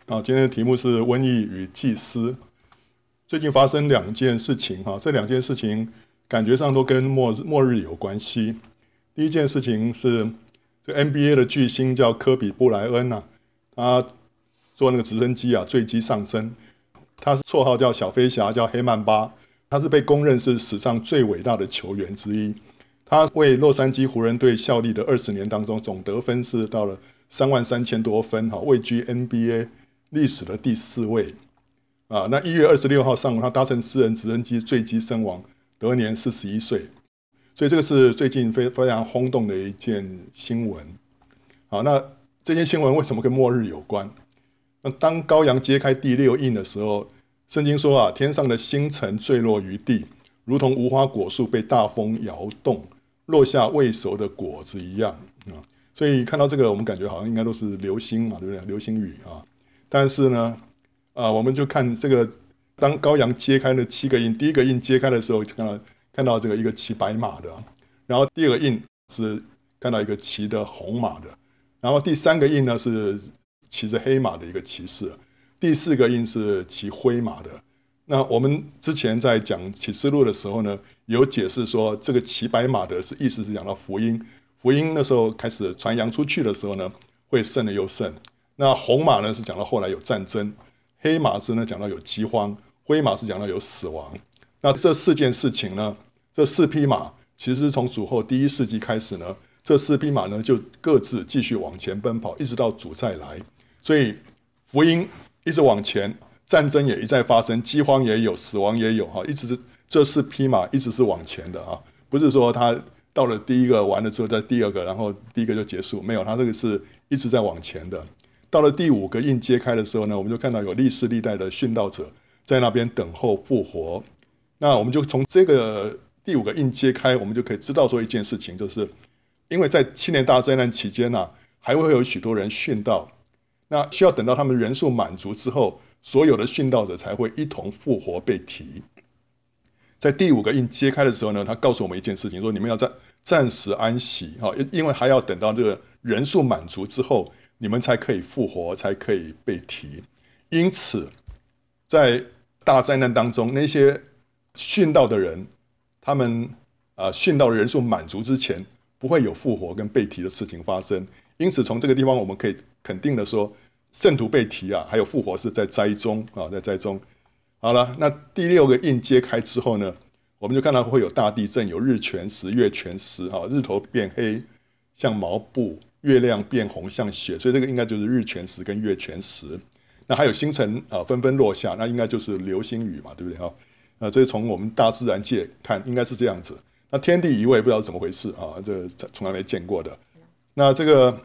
今天的题目是瘟疫与祭司。最近发生两件事情这两件事情感觉上都跟末日有关系。第一件事情是这个 NBA 的巨星叫科比布莱恩他坐那个直升机坠机上升，他绰号叫小飞侠，叫黑曼巴，他是被公认是史上最伟大的球员之一。他为洛杉矶湖人队效力的20年当中，总得分是到了33000多分，位居 NBA 历史的第4位。那1月26号上午，他搭乘私人直升机坠机身亡，得年41岁。所以这个是最近非常轰动的一件新闻。好，那这件新闻为什么跟末日有关？那当羔羊揭开第6印的时候，圣经说天上的星辰坠落于地，如同无花果树被大风摇动，落下未熟的果子一样。所以看到这个，我们感觉好像应该都是流星嘛，对不对？流星雨但是呢，我们就看这个，当羔羊揭开了7个印，第一个印揭开的时候，看到这个一个骑白马的，然后第二个印是看到一个骑的红马的，然后第3个印呢是骑着黑马的一个骑士，第4个印是骑灰马的。那我们之前在讲启示录的时候呢，有解释说，这个骑白马的意思是讲到福音那时候开始传扬出去的时候呢，会胜了又胜。那红马呢是讲到后来有战争，黑马是呢讲到有饥荒，灰马是讲到有死亡。那这4件事情呢，这4匹马其实从主后第1世纪开始呢，这4匹马呢就各自继续往前奔跑，一直到主再来。所以福音一直往前，战争也一再发生，饥荒也有，死亡也有一直这4匹马一直是往前的不是说他到了第1个完了之后，在第2个，然后第1个就结束，没有，他这个是一直在往前的。到了第5个印揭开的时候呢，我们就看到有历世历代的殉道者在那边等候复活。那我们就从这个第5个印揭开，我们就可以知道说一件事情，就是因为在7年大灾难期间还会有许多人殉道，那需要等到他们人数满足之后，所有的殉道者才会一同复活被提。在第5个印揭开的时候呢，他告诉我们一件事情，说你们要暂时安息因为还要等到这个人数满足之后，你们才可以复活，才可以被提。因此在大灾难当中，那些殉道的人，他们殉道的人数满足之前，不会有复活跟被提的事情发生。因此从这个地方我们可以肯定的说，圣徒被提还有复活是在灾中在灾中。好了，那第6个印揭开之后呢，我们就看到会有大地震，有日全食、月全食日头变黑像毛布，月亮变红像血，所以这个应该就是日全食跟月全食。那还有星辰纷纷落下，那应该就是流星雨嘛，对不对这是从我们大自然界看应该是这样子。那天地移位不知道是怎么回事这从来没见过的。那这个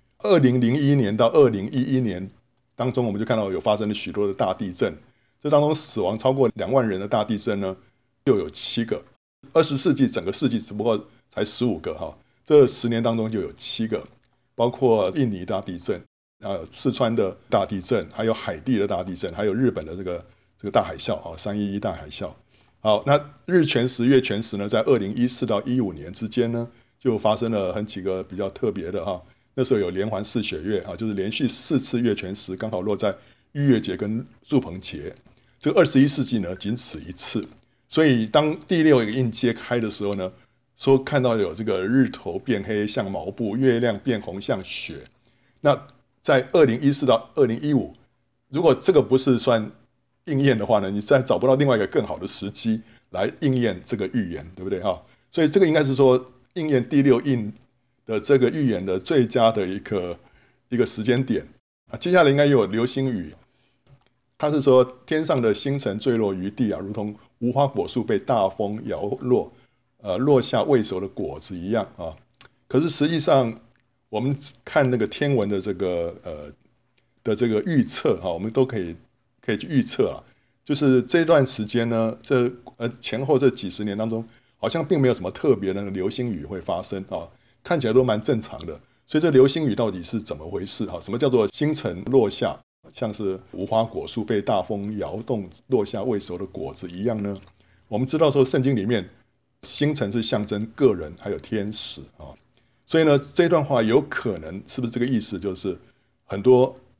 2001年到2011年当中，我们就看到有发生了许多的大地震，这当中死亡超过2万人的大地震呢，就有7个。20世纪整个世纪只不过才15个这10年当中就有7个，包括印尼大地震，四川的大地震，还有海地的大地震，还有日本的这个大海啸311大海啸。好，那日全食、月全食呢，在2014到15年之间呢，就发生了几个比较特别的那时候有连环4血月就是连续4次月全食，刚好落在逾越节跟住棚节。这个21世纪呢，仅此一次。所以当第6个印揭开的时候呢，说看到有这个日头变黑像毛布，月亮变红像血。那在2014到2015，如果这个不是算应验的话呢，你再找不到另外一个更好的时机来应验这个预言，对不对所以这个应该是说应验第6印的这个预言的最佳的一个时间点接下来应该有流星雨。他是说天上的星辰坠落于地如同无花果树被大风摇落，落下未熟的果子一样可是实际上我们看那个天文的这个预测我们都可以去预测就是这段时间呢，前后这几十年当中，好像并没有什么特别的流星雨会发生看起来都蛮正常的。所以这流星雨到底是怎么回事什么叫做星辰落下，像是无花果树被大风摇动，落下未熟的果子一样呢？我们知道说圣经里面星辰是象征个人还有天使所以呢这段话有可能是不是这个意思，就是很多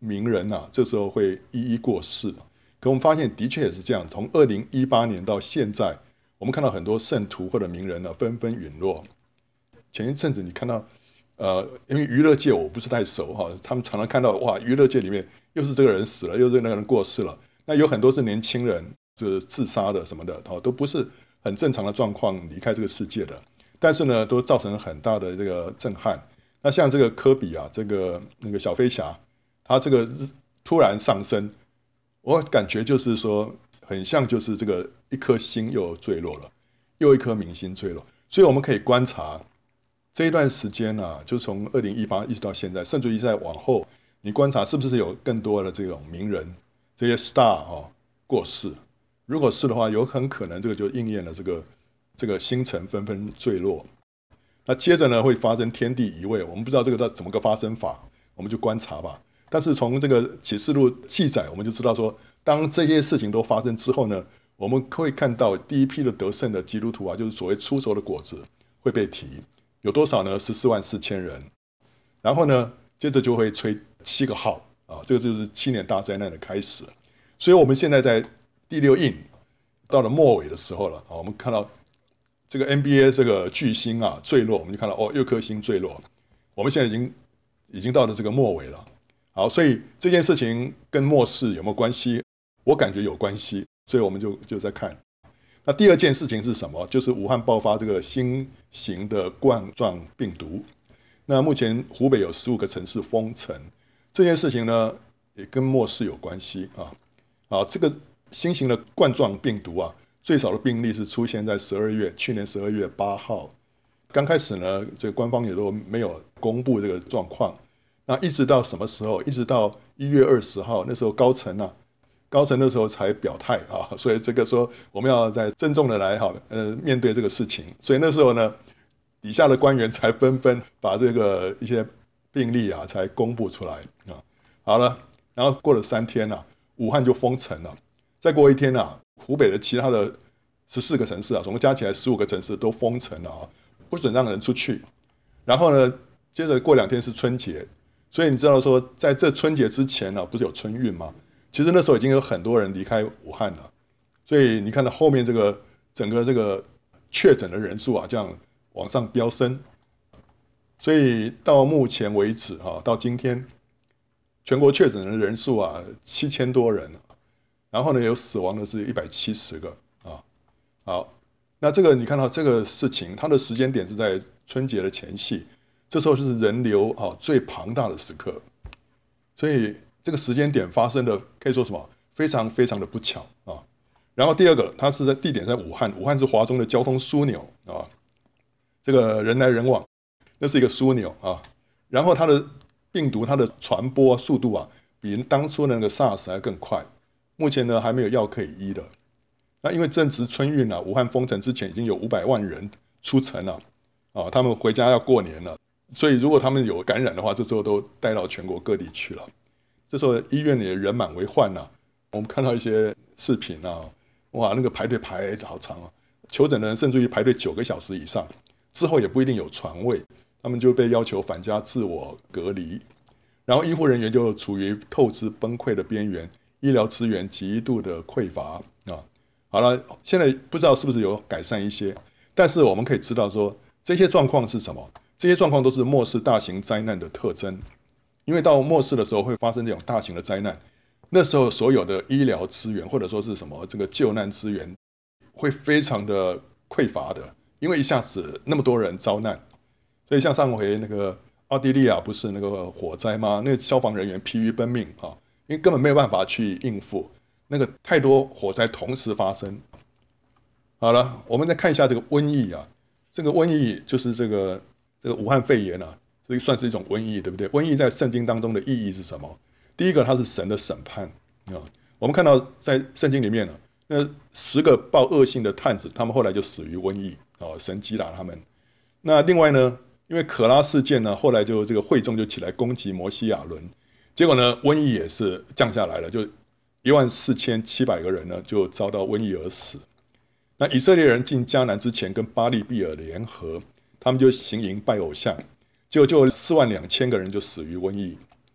名人啊，这时候会一一过世。可我们发现的确也是这样，从2018年到现在，我们看到很多圣徒或者名人呢纷纷陨落。前一阵子你看到，因为娱乐界我不是太熟哈，他们常常看到哇，娱乐界里面又是这个人死了，又是那个人过世了。那有很多是年轻人，就是自杀的什么的，都不是很正常的状况离开这个世界的。但是呢，都造成很大的这个震撼。那像这个科比啊，那个小飞侠，他这个突然上升，我感觉就是说，很像就是这个一颗星又坠落了，又一颗明星坠落。所以我们可以观察这一段时间啊，就从2018一直到现在，甚至于在往后，你观察是不是有更多的这种名人、这些 star 过世？如果是的话，有很可能这个就应验了这个星辰纷纷坠落。那接着呢，会发生天地移位，我们不知道这个怎么个发生法，我们就观察吧。但是从这个启示录记载，我们就知道说，当这些事情都发生之后呢，我们会看到第一批的得胜的基督徒啊，就是所谓出熟的果子会被提，有多少呢？144000人。然后呢，接着就会吹7个号啊，这个就是7年大灾难的开始。所以我们现在在第6印到了末尾的时候了啊，我们看到这个 NBA 这个巨星啊坠落，我们就看到又颗星坠落。我们现在已经到了这个末尾了。好，所以这件事情跟末世有没有关系？我感觉有关系，所以我们就在看。那第二件事情是什么？就是武汉爆发这个新型的冠状病毒。那目前湖北有15个城市封城，这件事情呢也跟末世有关系啊。好，这个新型的冠状病毒啊，最少的病例是出现在去年12月8号。刚开始呢，这个官方也都没有公布这个状况。那一直到什么时候？一直到1月20号，那时候高层那时候才表态啊，所以这个说我们要再郑重的来面对这个事情。所以那时候呢，底下的官员才纷纷把这个一些病例啊才公布出来啊。好了，然后过了3天啊，武汉就封城了。再过1天啊，湖北的其他的14个城市啊，总共加起来15个城市都封城了啊，不准让人出去。然后呢，接着过2天是春节。所以你知道说，在这春节之前呢，不是有春运吗？其实那时候已经有很多人离开武汉了。所以你看到后面整个这个确诊的人数啊，这样往上飙升。所以到目前为止到今天，全国确诊的人数啊7000多人，然后呢有死亡的是170个啊。好，那这个你看到这个事情，它的时间点是在春节的前夕。这时候就是人流最庞大的时刻，所以这个时间点发生的可以说什么非常非常的不巧啊。然后第二个，它是在地点在武汉，武汉是华中的交通枢纽啊，这个人来人往，那是一个枢纽啊。然后它的病毒它的传播速度啊，比当初的那个 SARS 还更快。目前呢还没有药可以医的。那因为正值春运啊，武汉封城之前已经有500万人出城了啊，他们回家要过年了。所以如果他们有感染的话，这时候都带到全国各地去了。这时候医院里人满为患啊。我们看到一些视频啊，哇，那个排队排好长啊，求诊的人甚至于排队9个小时以上，之后也不一定有床位，他们就被要求返家自我隔离。然后医护人员就处于透支崩溃的边缘，医疗资源极度的匮乏啊。好了，现在不知道是不是有改善一些，但是我们可以知道说这些状况是什么？这些状况都是末世大型灾难的特征，因为到末世的时候会发生这种大型的灾难，那时候所有的医疗资源或者说是什么这个救难资源会非常的匮乏的，因为一下子那么多人遭难。所以像上回那个奥地利不是那个火灾吗？那个消防人员疲于奔命啊，因为根本没有办法去应付那个太多火灾同时发生。好了，我们再看一下这个瘟疫啊，这个瘟疫就是这个武汉肺炎啊，这算是一种瘟疫，对不对？瘟疫在圣经当中的意义是什么？第一个，它是神的审判啊。我们看到在圣经里面呢，那10个报恶性的探子，他们后来就死于瘟疫啊，神击打他们。那另外呢，因为可拉事件呢，后来就这个会众就起来攻击摩西亚伦，结果呢，瘟疫也是降下来了，就14700个人呢就遭到瘟疫而死。那以色列人进迦南之前跟巴利比尔联合，他们就行营拜偶像，结果就42000个人就死于瘟疫。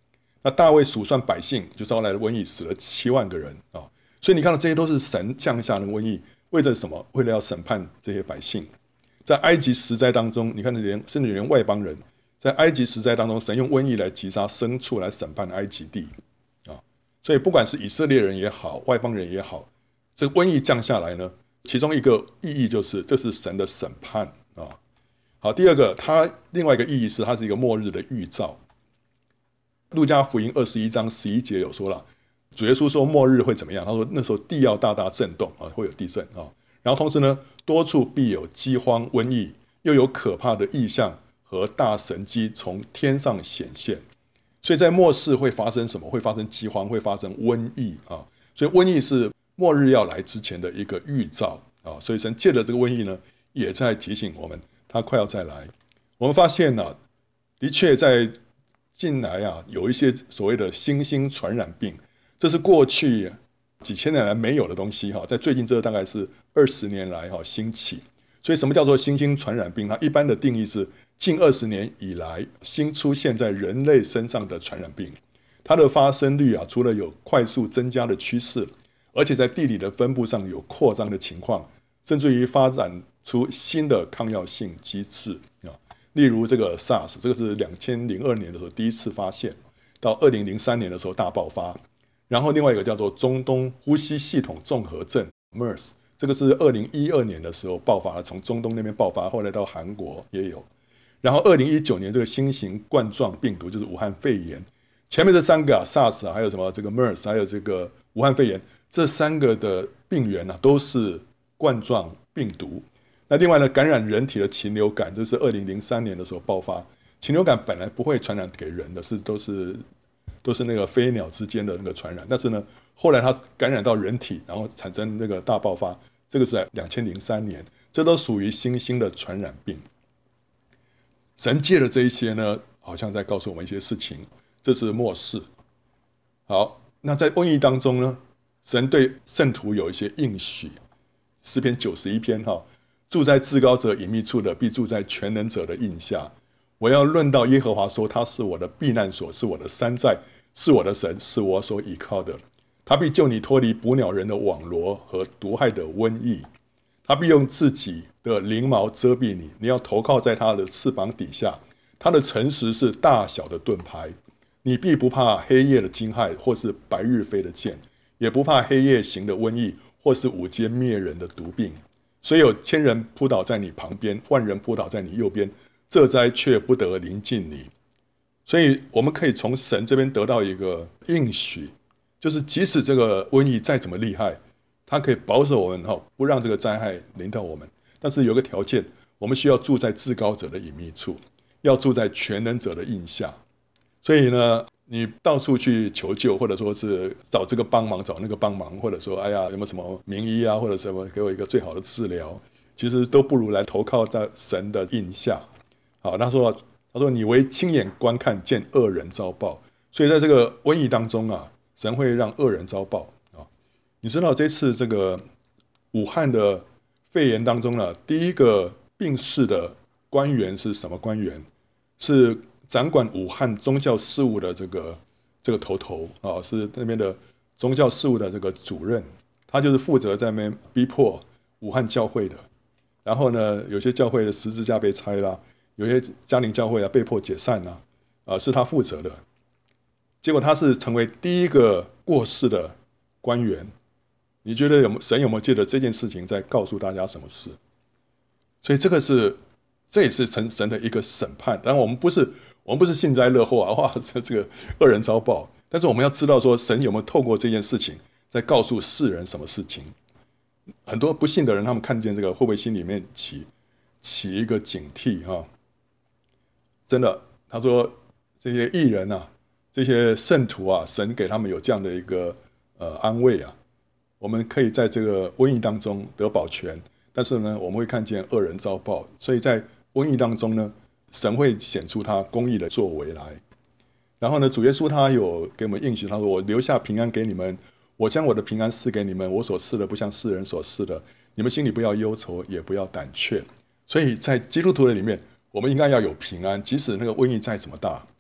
那大卫数算百姓，就招来了瘟疫，死了7万个人啊。所以你看到这些都是神降下的瘟疫，为了什么？为了要审判这些百姓。在埃及十灾当中，你看甚至连外邦人，在埃及十灾当中，神用瘟疫来击杀牲畜来审判埃及地啊。所以不管是以色列人也好，外邦人也好，这个瘟疫降下来呢，其中一个意义就是这是神的审判啊。好，第二个，它另外一个意义是它是一个末日的预兆。路加福音21章11节有说了，主耶稣说末日会怎么样？他说那时候地要大大震动啊，会有地震啊。然后同时呢，多处必有饥荒、瘟疫，又有可怕的异象和大神迹从天上显现。所以在末世会发生什么？会发生饥荒，会发生瘟疫啊。所以瘟疫是末日要来之前的一个预兆啊。所以神借着这个瘟疫呢，也在提醒我们，它快要再来。我们发现呢，的确在近来啊，有一些所谓的新兴传染病，这是过去几千年来没有的东西哈，在最近这大概是20年来兴起。所以什么叫做新兴传染病？它一般的定义是近20年以来新出现在人类身上的传染病。它的发生率啊，除了有快速增加的趋势，而且在地理的分布上有扩张的情况，甚至于发展出新的抗药性机制啊。例如这个 SARS， 这个是2002年的时候第一次发现，到2003年的时候大爆发。然后另外一个叫做中东呼吸系统综合症 MERS， 这个是2012年的时候爆发，从中东那边爆发，后来到韩国也有。然后2019年这个新型冠状病毒就是武汉肺炎。前面这3个SARS 还有什么这个 MERS， 还有这个武汉肺炎，这3个的病源都是冠状病毒。那另外呢，感染人体的禽流感，这是2003年的时候爆发。禽流感本来不会传染给人的，都是那个飞鸟之间的那个传染，但是呢，后来它感染到人体，然后产生那个大爆发，这个是在2003年，这都属于新兴的传染病。神借了这一些呢，好像在告诉我们一些事情，这是末世。好，那在瘟疫当中呢，神对圣徒有一些应许。诗篇91篇住在至高者隐秘处的，必住在全能者的荫下。我要论到耶和华说，他是我的避难所，是我的山寨，是我的神，是我所倚靠的。他必救你脱离捕鸟人的网罗和毒害的瘟疫。他必用自己的翎毛遮蔽你，你要投靠在他的翅膀底下。他的诚实是大小的盾牌，你必不怕黑夜的惊骇，或是白日飞的箭，也不怕黑夜行的瘟疫，或是午间灭人的毒病。虽有1000人扑倒在你旁边，10000人扑倒在你右边，这灾却不得临近你。所以我们可以从神这边得到一个应许，就是即使这个瘟疫再怎么厉害，它可以保守我们不让这个灾害临到我们。但是有个条件，我们需要住在至高者的隐秘处，要住在全能者的荫下。所以呢，你到处去求救，或者说是找这个帮忙，找那个帮忙，或者说哎呀有没有什么名医啊，或者什么给我一个最好的治疗，其实都不如来投靠在神的荫下。好，他说你为亲眼观看，见恶人遭报。所以在这个瘟疫当中啊，神会让恶人遭报啊。你知道这次这个武汉的肺炎当中呢，第一个病逝的官员是什么官员？是掌管武汉宗教事务的这个头啊，是那边的宗教事务的这个主任，他就是负责在那边逼迫武汉教会的。然后呢，有些教会的十字架被拆啦，有些家庭教会被迫解散啦，是他负责的。结果他是成为第一个过世的官员。你觉得神有没有借着这件事情在告诉大家什么事？所以这也是神的一个审判。当然我们不是幸灾乐祸啊，哇，这个恶人遭报。但是我们要知道说，神有没有透过这件事情在告诉世人什么事情？很多不信的人，他们看见这个，会不会心里面起一个警惕啊？真的，他说这些义人啊，这些圣徒啊，神给他们有这样的一个安慰啊，我们可以在这个瘟疫当中得保全。但是呢，我们会看见恶人遭报，所以在瘟疫当中呢，神会显出他公义的作为来。然后呢，主耶稣他有给我们应许，他说：“我留下平安给你们，我将我的平安赐给你们，我所赐的不像世人所赐的，你们心里不要忧愁，也不要胆怯。”所以在基督徒的里面，我们应该要有平安，即使那个瘟疫再怎么大，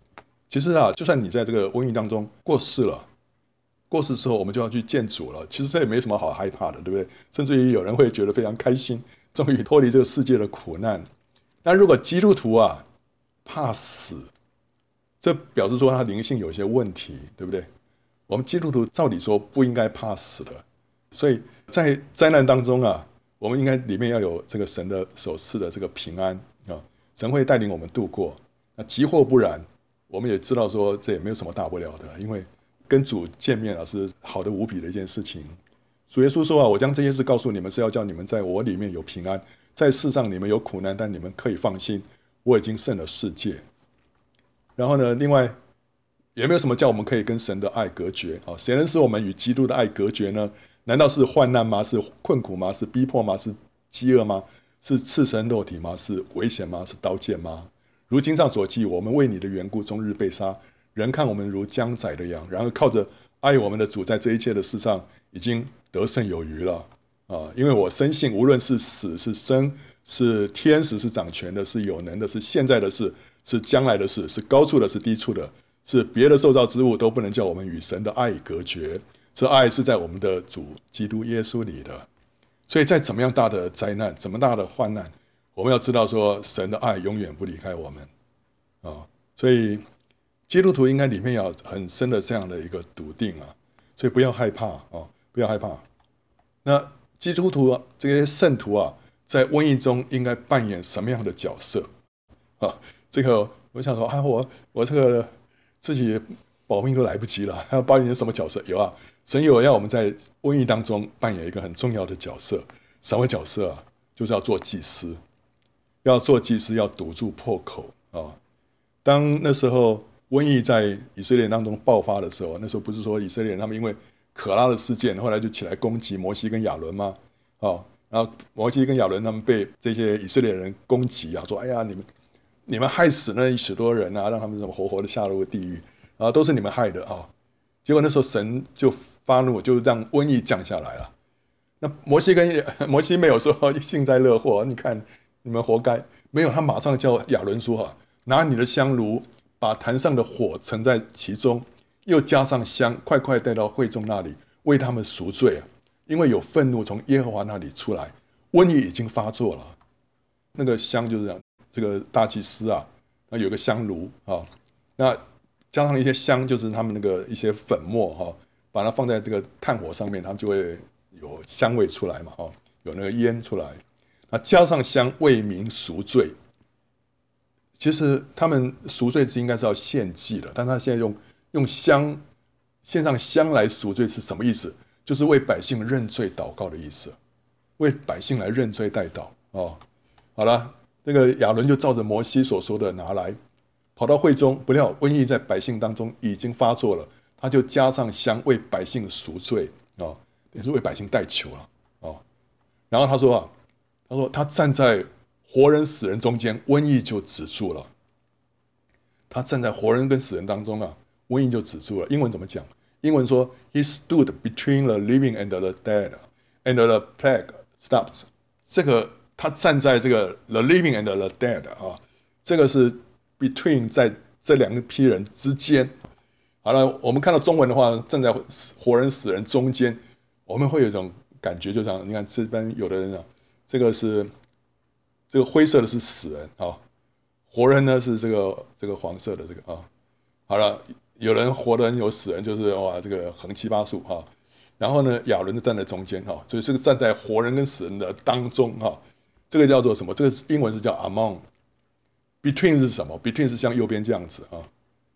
其实啊，就算你在这个瘟疫当中过世了，过世之后我们就要去见主了，其实这也没什么好害怕的，对不对？甚至于有人会觉得非常开心，终于脱离这个世界的苦难。但如果基督徒啊怕死，这表示说他灵性有些问题，对不对？我们基督徒照理说不应该怕死的，所以在灾难当中啊，我们应该里面要有这个神的所赐的这个平安啊，神会带领我们度过。那急或不然，我们也知道说这也没有什么大不了的，因为跟主见面啊是好的无比的一件事情。主耶稣说啊，我将这些事告诉你们，是要叫你们在我里面有平安，在世上你们有苦难，但你们可以放心，我已经胜了世界。然后呢，另外也没有什么叫我们可以跟神的爱隔绝啊？谁能使我们与基督的爱隔绝呢？难道是患难吗？是困苦吗？是逼迫吗？是饥饿吗？是赤身肉体吗？是危险吗？是刀剑吗？如经上所记，我们为你的缘故终日被杀，人看我们如将宰的羊。然而靠着爱我们的主，在这一切的事上已经得胜有余了啊！因为我深信，无论是死是生，是天使是掌权的，是有能的，是现在的事，是将来的事，是高处的，是低处的，是别的受造之物，都不能叫我们与神的爱隔绝。这爱是在我们的主基督耶稣里的。所以在怎么样大的灾难，怎么大的患难，我们要知道说神的爱永远不离开我们啊！所以基督徒应该里面有很深的这样的一个笃定啊，所以不要害怕啊，不要害怕。那基督徒啊，这些圣徒啊，在瘟疫中应该扮演什么样的角色啊？这个我想说，我这个自己保命都来不及了，还要扮演什么角色？有啊，神有要我们在瘟疫当中扮演一个很重要的角色。什么角色啊？就是要做祭司，要做祭司，要堵住破口啊！当那时候瘟疫在以色列人当中爆发的时候，那时候不是说以色列人他们因为可拉的事件，后来就起来攻击摩西跟亚伦吗？哦，然后摩西跟亚伦他们被这些以色列人攻击啊，说：“哎呀，你们害死那许多人啊，让他们怎么活活的下入地狱啊，都是你们害的啊！”结果那时候神就发怒，就让瘟疫降下来了。那摩西没有说幸灾乐祸，你看你们活该，没有，他马上叫亚伦说：“拿你的香炉，把坛上的火盛在其中，又加上香，快快带到会众那里，为他们赎罪啊！因为有愤怒从耶和华那里出来，瘟疫已经发作了。”那个香就是这样，这个大祭司啊，那有个香炉啊，那加上一些香，就是他们那个一些粉末哈，把它放在这个炭火上面，他们就会有香味出来嘛，有那个烟出来。那加上香为民赎罪，其实他们赎罪是应该是要献祭的，但他现在用香献上香来赎罪是什么意思？就是为百姓认罪祷告的意思，为百姓来认罪代祷哦。好了，那个亚伦就照着摩西所说的拿来，跑到会中，不料瘟疫在百姓当中已经发作了，他就加上香为百姓赎罪哦，也是为百姓代求了哦。然后他说他站在活人死人中间，瘟疫就止住了。他站在活人跟死人当中啊，瘟疫就止住了。英文怎么讲？英文说 He stood between the living and the dead, and the plague stopped。这个他站在这个 the living and the dead 啊，这个是 between 在这两个批人之间。好了，我们看到中文的话，站在活人死人中间，我们会有一种感觉，就像你看这边有的人啊，这个灰色的是死人啊，活人呢是这个黄色的这个啊。好了，有人活人有死人，就是哇这个横七八竖哈。然后呢，亚伦就站在中间哈，所以这个站在活人跟死人的当中哈，这个叫做什么？这个英文是叫 among。between 是什么 ？between 是像右边这样子啊，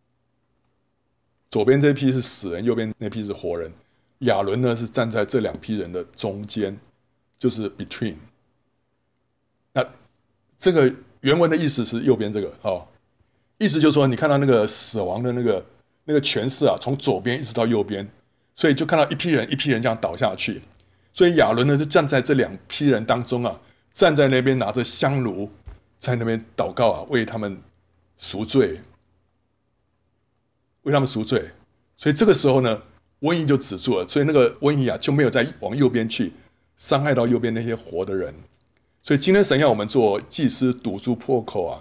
左边这批是死人，右边那批是活人。亚伦呢是站在这两批人的中间，就是 between。那这个原文的意思是右边这个哦，意思就是说，你看到那个死亡的那个权势啊，从左边一直到右边，所以就看到一批人一批人这样倒下去。所以亚伦呢就站在这两批人当中啊，站在那边拿着香炉，在那边祷告啊，为他们赎罪，为他们赎罪。所以这个时候呢，瘟疫就止住了，所以那个瘟疫啊就没有再往右边去伤害到右边那些活的人。所以今天神要我们做祭司，堵住破口啊，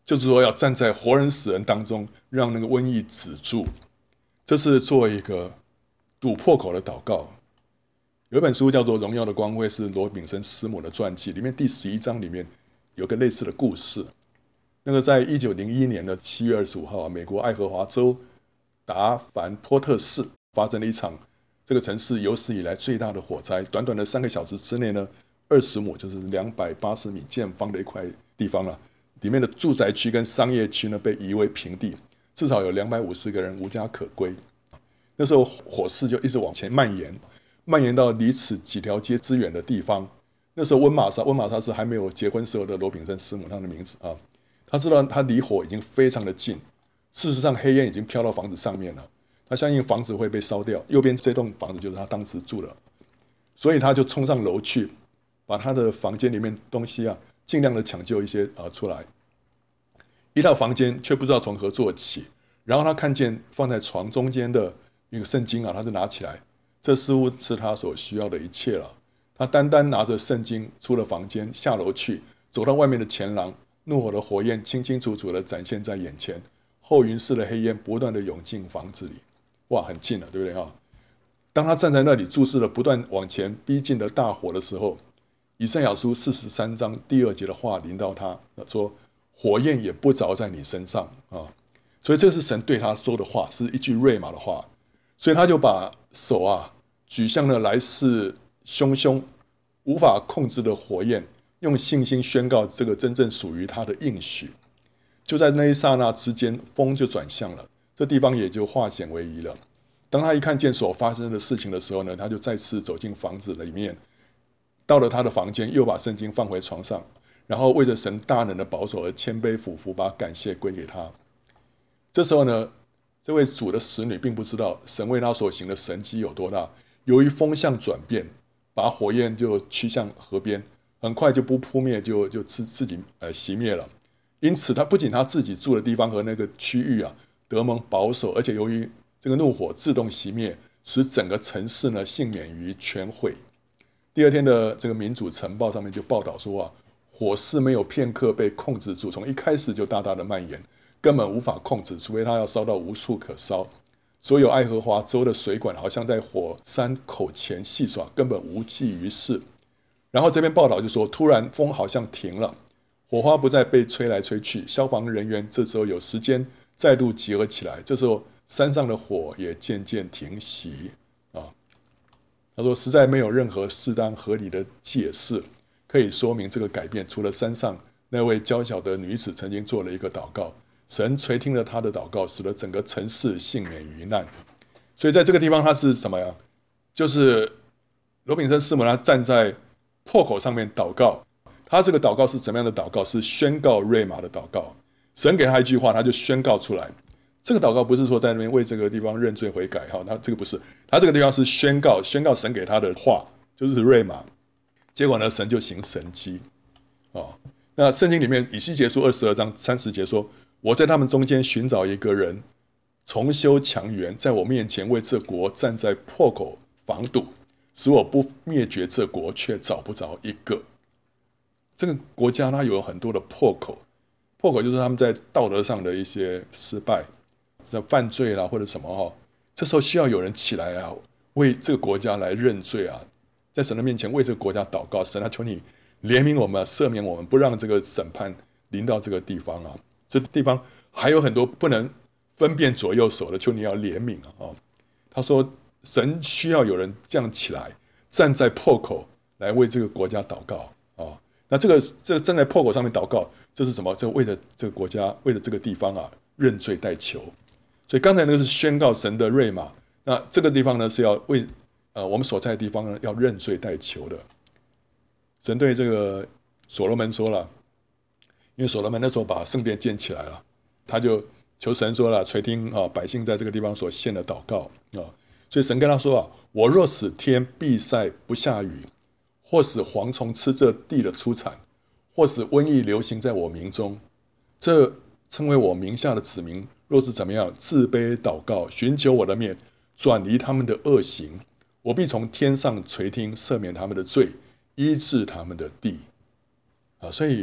就是说要站在活人死人当中，让那个瘟疫止住。这是做一个堵破口的祷告。有一本书叫做《荣耀的光辉》，是罗炳生师母的传记，里面第11章里面有个类似的故事。那个在1901年的7月25号，美国爱荷华州达凡波特市发生了一场这个城市有史以来最大的火灾。短短的3个小时之内呢，20亩就是280米见方的一块地方了，里面的住宅区跟商业区呢被夷为平地，至少有250个人无家可归。那时候火势就一直往前蔓延到离此几条街之远的地方。那时候温玛莎是还没有结婚时候的罗炳生师母，她的名字啊。他知道他离火已经非常的近，事实上黑烟已经飘到房子上面了，他相信房子会被烧掉。右边这栋房子就是他当时住的，所以他就冲上楼去，把他的房间里面东西啊尽量的抢救一些出来。一到房间却不知道从何做起，然后他看见放在床中间的一个圣经啊，他就拿起来，这似乎是他所需要的一切了。他单单拿着圣经出了房间，下楼去，走到外面的前廊。怒火的火焰清清楚楚地展现在眼前，厚云似的黑烟不断地涌进房子里。哇，很近了，对不对啊？当他站在那里注视了不断往前逼近的大火的时候，以赛亚书43章第2节的话临到他，说火焰也不着在你身上啊。所以这是神对他说的话，是一句瑞玛的话。所以他就把手举向了来势汹汹无法控制的火焰，用信心宣告这个真正属于他的应许。就在那一刹那之间，风就转向了，这地方也就化险为夷了。当他一看见所发生的事情的时候呢，他就再次走进房子里面，到了他的房间，又把圣经放回床上，然后为着神大能的保守而谦卑俯伏，把感谢归给他。这时候呢，这位主的使女并不知道神为他所行的神迹有多大。由于风向转变，把火焰就驱向河边，很快就不扑灭，就自己熄灭了。因此，他不仅他自己住的地方和那个区域得蒙保守，而且由于这个怒火自动熄灭，使整个城市呢幸免于全毁。第二天的这个民主晨报上面就报道说火势没有片刻被控制住，从一开始就大大的蔓延，根本无法控制，除非它要烧到无处可烧。所有爱荷华州的水管好像在火山口前戏耍，根本无济于事。然后这篇报道就说，突然风好像停了，火花不再被吹来吹去，消防人员这时候有时间再度集合起来，这时候山上的火也渐渐停息他说实在没有任何适当合理的解释可以说明这个改变，除了山上那位娇小的女子曾经做了一个祷告，神垂听了她的祷告，使得整个城市幸免于难。所以在这个地方他是什么呀？就是罗炳生师母他站在破口上面祷告，他这个祷告是怎么样的祷告？是宣告瑞玛的祷告。神给他一句话，他就宣告出来。这个祷告不是说在那边为这个地方认罪悔改他这个不是，他这个地方是宣告神给他的话，就是瑞玛。结果呢，神就行神迹那圣经里面以西结书22章30节说，我在他们中间寻找一个人，重修墙垣，在我面前为这国站在破口防堵，使我不灭绝这国，却找不着一个。这个国家它有很多的破口就是他们在道德上的一些失败，在犯罪啦或者什么这时候需要有人起来为这个国家来认罪在神的面前为这个国家祷告，神求你怜悯我们，赦免我们，不让这个审判临到这个地方这地方还有很多不能分辨左右手的，求你要怜悯他说神需要有人这样起来，站在破口来为这个国家祷告那这个站在破口上面祷告，这是什么？这为了这个国家，为了这个地方认罪代求。所以刚才那个是宣告神的瑞玛，那这个地方呢是要为我们所在的地方呢要认罪代求的。神对这个所罗门说了，因为所罗门那时候把圣殿建起来了，他就求神说了，垂听百姓在这个地方所献的祷告所以神跟他说我若使天闭塞不下雨，或使蝗虫吃这地的出产，或使瘟疫流行在我民中，这称为我名下的子民，若是怎么样自卑祷告，寻求我的面，转离他们的恶行，我必从天上垂听，赦免他们的罪，医治他们的地所以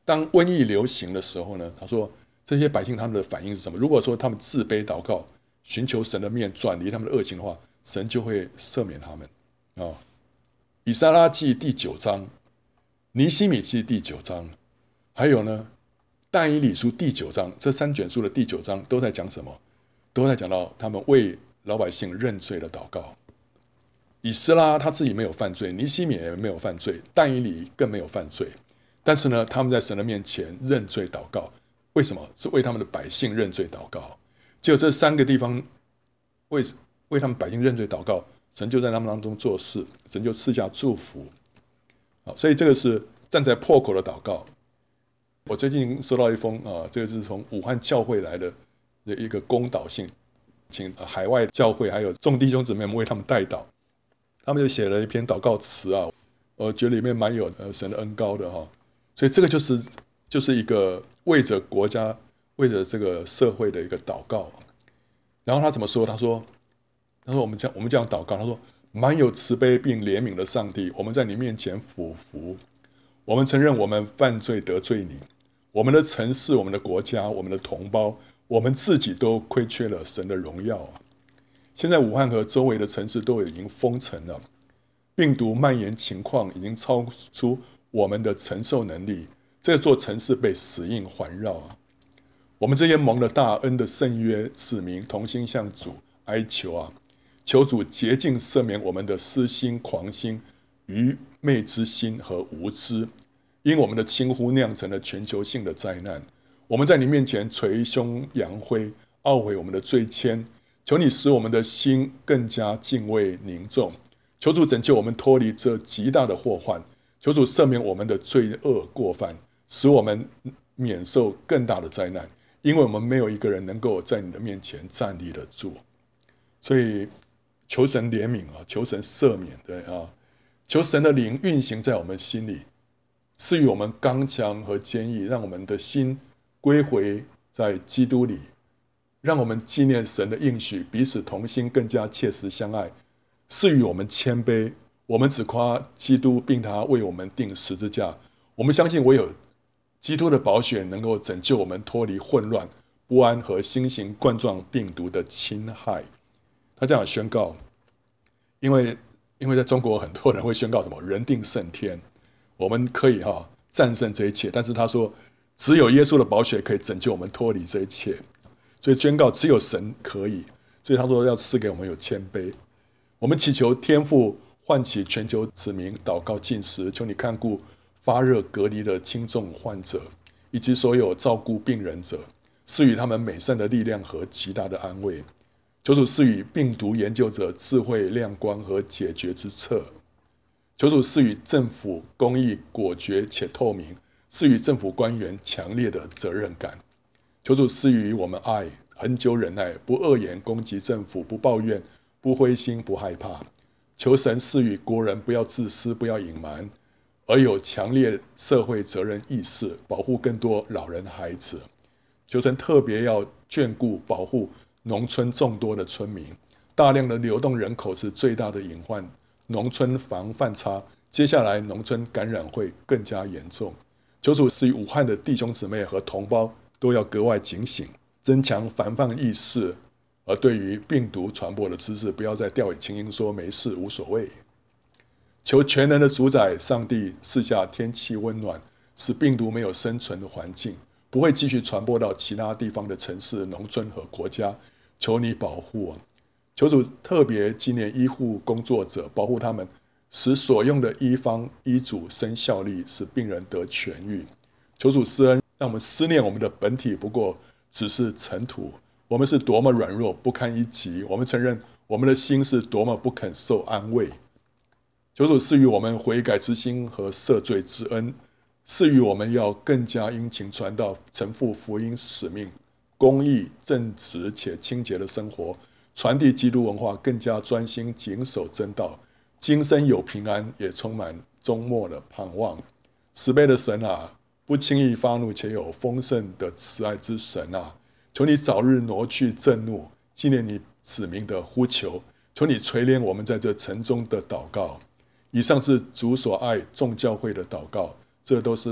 当瘟疫流行的时候呢，他说这些百姓他们的反应是什么？如果说他们自卑祷告，寻求神的面，转离他们的恶行的话，神就会赦免他们啊。以赛拉记第9章，尼希米记第9章，还有呢但以理书第9章，这3卷书的第9章都在讲什么？都在讲到他们为老百姓认罪的祷告。以斯拉他自己没有犯罪，尼希米也没有犯罪，但以理更没有犯罪，但是呢，他们在神的面前认罪祷告。为什么？是为他们的百姓认罪祷告。只有这3个地方为他们百姓认罪祷告，神就在他们当中做事，神就赐下祝福。好，所以这个是站在破口的祷告。我最近收到一封这个是从武汉教会来的一个公祷信，请海外教会还有众弟兄姊妹们为他们代祷。他们就写了一篇祷告词啊，我觉得里面蛮有神的恩膏的哈。所以这个就是一个为着国家、为着这个社会的一个祷告。然后他怎么说？他说我们这样祷告，他说满有慈悲并怜悯的上帝，我们在你面前俯伏，我们承认我们犯罪得罪你，我们的城市、我们的国家、我们的同胞，我们自己都亏缺了神的荣耀啊。现在武汉和周围的城市都已经封城了，病毒蔓延情况已经超出我们的承受能力，这座城市被死印环绕啊。我们这些蒙了大恩的圣约子民同心向主哀求啊，求主洁净赦免我们的私心、狂心、愚昧之心和无知，因我们的轻忽酿成了全球性的灾难。我们在你面前捶胸扬灰，懊悔我们的罪愆，求你使我们的心更加敬畏凝重，求主拯救我们脱离这极大的祸患，求主赦免我们的罪恶过犯，使我们免受更大的灾难，因为我们没有一个人能够在你的面前站立得住。所以求神怜悯啊，求神赦免，对啊，求神的灵运行在我们心里，赐予我们刚强和坚毅，让我们的心归回在基督里，让我们纪念神的应许，彼此同心，更加切实相爱，赐予我们谦卑。我们只夸基督，并他为我们钉十字架。我们相信唯有基督的宝血能够拯救我们脱离混乱、不安和新型冠状病毒的侵害。他这样宣告，因为在中国很多人会宣告什么人定胜天，我们可以战胜这一切。但是他说，只有耶稣的宝血可以拯救我们脱离这一切，所以宣告只有神可以。所以他说要赐给我们有谦卑。我们祈求天父唤起全球子民祷告禁食，求你看顾发热隔离的轻重患者，以及所有照顾病人者，赐予他们美善的力量和极大的安慰。求主赐予病毒研究者智慧、亮光和解决之策。求主赐予政府公义果决且透明，赐予政府官员强烈的责任感。求主赐予我们爱，恒久忍耐，不恶言攻击政府，不抱怨，不灰心，不害怕。求神赐予国人不要自私，不要隐瞒，而有强烈社会责任意识，保护更多老人孩子。求神特别要眷顾保护农村众多的村民，大量的流动人口是最大的隐患，农村防范差，接下来农村感染会更加严重。求主赐予武汉的弟兄姊妹和同胞都要格外警醒，增强防范意识，而对于病毒传播的知识，不要再掉以轻心，说没事无所谓。求全能的主宰上帝赐下天气温暖，使病毒没有生存的环境，不会继续传播到其他地方的城市、农村和国家。求你保护我，求主特别纪念医护工作者，保护他们，使所用的医方医嘱生效力，使病人得痊愈。求主施恩，让我们思念我们的本体不过只是尘土，我们是多么软弱不堪一击，我们承认我们的心是多么不肯受安慰。求主赐予我们悔改之心和赦罪之恩，赐予我们要更加殷勤传道，承负福音使命，公义、正直且清洁的生活，传递基督文化，更加专心谨守真道，今生有平安，也充满终末的盼望。慈悲的神啊，不轻易发怒且有丰盛的慈爱之神啊，求你早日挪去震怒，纪念你子民的呼求，求你垂怜我们在这城中的祷告。以上是主所爱众教会的祷告，这都是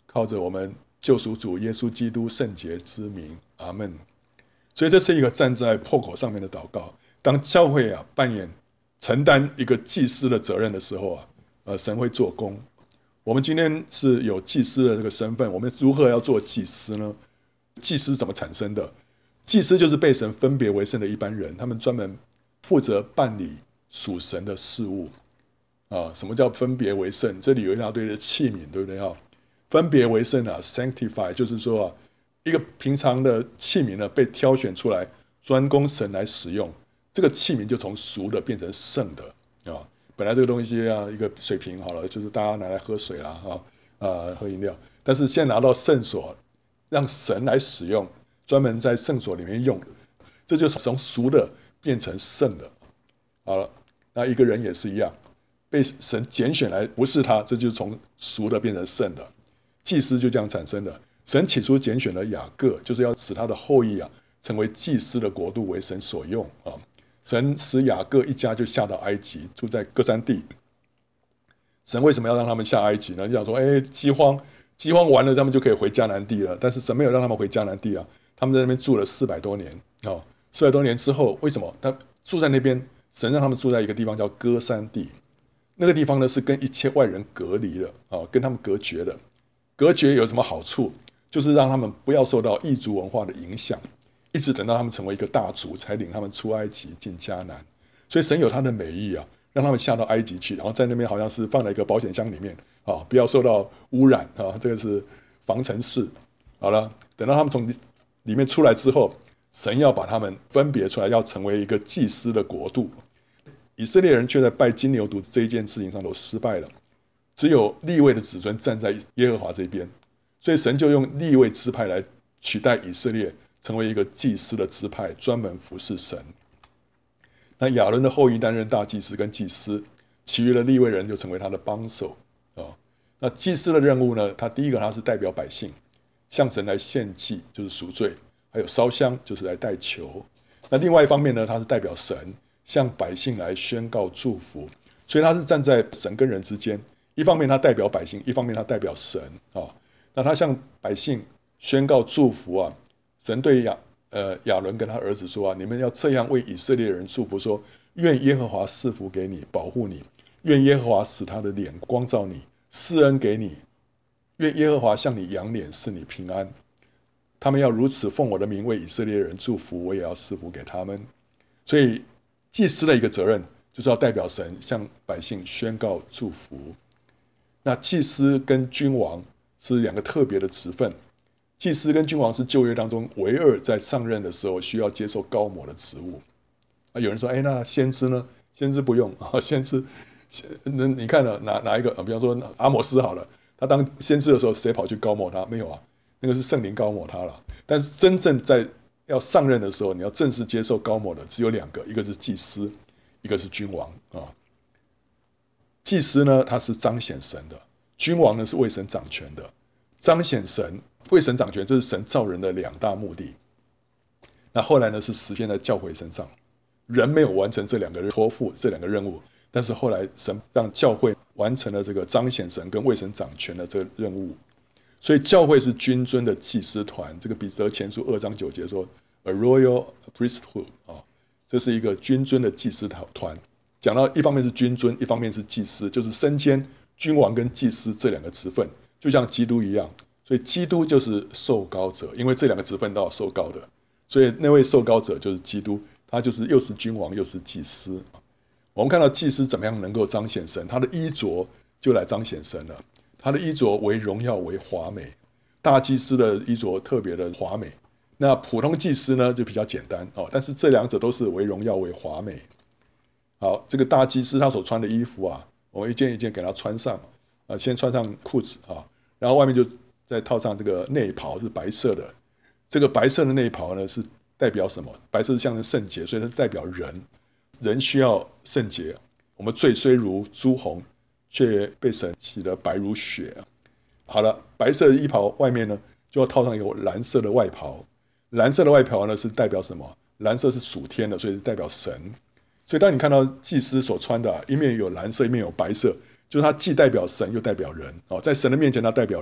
靠着我们救赎主耶稣基督圣洁之名，阿们。所以这是一个站在破口上面的祷告。当教会承担一个祭司的责任的时候神会做工。我们今天是有祭司的这个身份，我们如何要做祭司呢？祭司怎么产生的？祭司就是被神分别为圣的一般人，他们专门负责办理属神的事物什么叫分别为圣？这里有一大堆的器皿，对不对分别为圣sanctify 就是说一个平常的器皿被挑选出来，专供神来使用。这个器皿就从俗的变成圣的本来这个东西一个水瓶好了，就是大家拿来喝水啦喝饮料，但是现在拿到圣所，让神来使用，专门在圣所里面用，这就从俗的变成圣的。好了，那一个人也是一样，被神拣选来服侍他，这就是从俗的变成圣的。祭司就这样产生的。神起初拣选了雅各，就是要使他的后裔成为祭司的国度，为神所用神使雅各一家就下到埃及，住在歌珊地。神为什么要让他们下埃及呢？就想说饥荒完了，他们就可以回迦南地了。但是神没有让他们回迦南地他们在那边住了400多年400多年之后，为什么他住在那边？神让他们住在一个地方叫歌珊地。那个地方呢是跟一切外人隔离的跟他们隔绝的。隔绝有什么好处？就是让他们不要受到异族文化的影响，一直等到他们成为一个大族，才领他们出埃及进迦南。所以神有他的美意让他们下到埃及去，然后在那边好像是放在一个保险箱里面不要受到污染这个是防尘室。好了，等到他们从里面出来之后，神要把他们分别出来，要成为一个祭司的国度。以色列人却在拜金牛犊这一件事情上都失败了，只有利未的子孙站在耶和华这边，所以神就用利未支派来取代以色列，成为一个祭司的支派，专门服侍神。那亚伦的后裔担任大祭司跟祭司，其余的利未人就成为他的帮手那祭司的任务呢？第一个他是代表百姓，向神来献祭，就是赎罪，还有烧香，就是来代求。那另外一方面呢，他是代表神，向百姓来宣告祝福，所以他是站在神跟人之间。一方面他代表百姓，一方面他代表神那他向百姓宣告祝福神对亚伦跟他儿子说你们要这样为以色列人祝福，说愿耶和华赐福给你，保护你；愿耶和华使他的脸光照你，施恩给你；愿耶和华向你扬脸，赐你平安。他们要如此奉我的名为以色列人祝福，我也要赐福给他们。所以祭司的一个责任就是要代表神，向百姓宣告祝福。那祭司跟君王是两个特别的职分。祭司跟君王是旧约当中唯二在上任的时候需要接受膏抹的职务有人说那先知呢？先知不用先知你看哪一个比方说阿摩斯好了，他当先知的时候谁跑去膏抹他？没有那个是圣灵膏抹他了。但是真正在要上任的时候，你要正式接受膏抹的只有两个，一个是祭司，一个是君王祭司呢，他是彰显神的；君王呢，是为神掌权的。彰显神、为神掌权，这是神造人的两大目的。那后来呢，是实现在教会身上，人没有完成这两个托付、这两个任务，但是后来神让教会完成了这个彰显神跟为神掌权的这个任务。所以教会是君尊的祭司团。这个彼得前书2章9节说 ，a royal priesthood 这是一个君尊的祭司团。讲到一方面是君尊，一方面是祭司，就是身兼君王跟祭司这两个职分，就像基督一样。所以基督就是受膏者，因为这两个职分都要受膏的，所以那位受膏者就是基督，他就是又是君王又是祭司。我们看到祭司怎么样能够彰显神，他的衣着就来彰显神了。他的衣着为荣耀为华美，大祭司的衣着特别的华美，那普通祭司呢就比较简单但是这两者都是为荣耀为华美。好，这个大祭司他所穿的衣服我们一件一件给他穿上先穿上裤子然后外面就再套上这个内袍，是白色的。这个白色的内袍呢是代表什么？白色是象征圣洁，所以它是代表人需要圣洁。我们罪虽如朱红，却被神洗得白如雪。好了，白色的衣袍外面呢就要套上一个蓝色的外袍。蓝色的外袍呢是代表什么？蓝色是属天的，所以是代表神。所以当你看到祭司所穿的一面有蓝色，一面有白色，就是他既代表神又代表人在神的面前他代表人，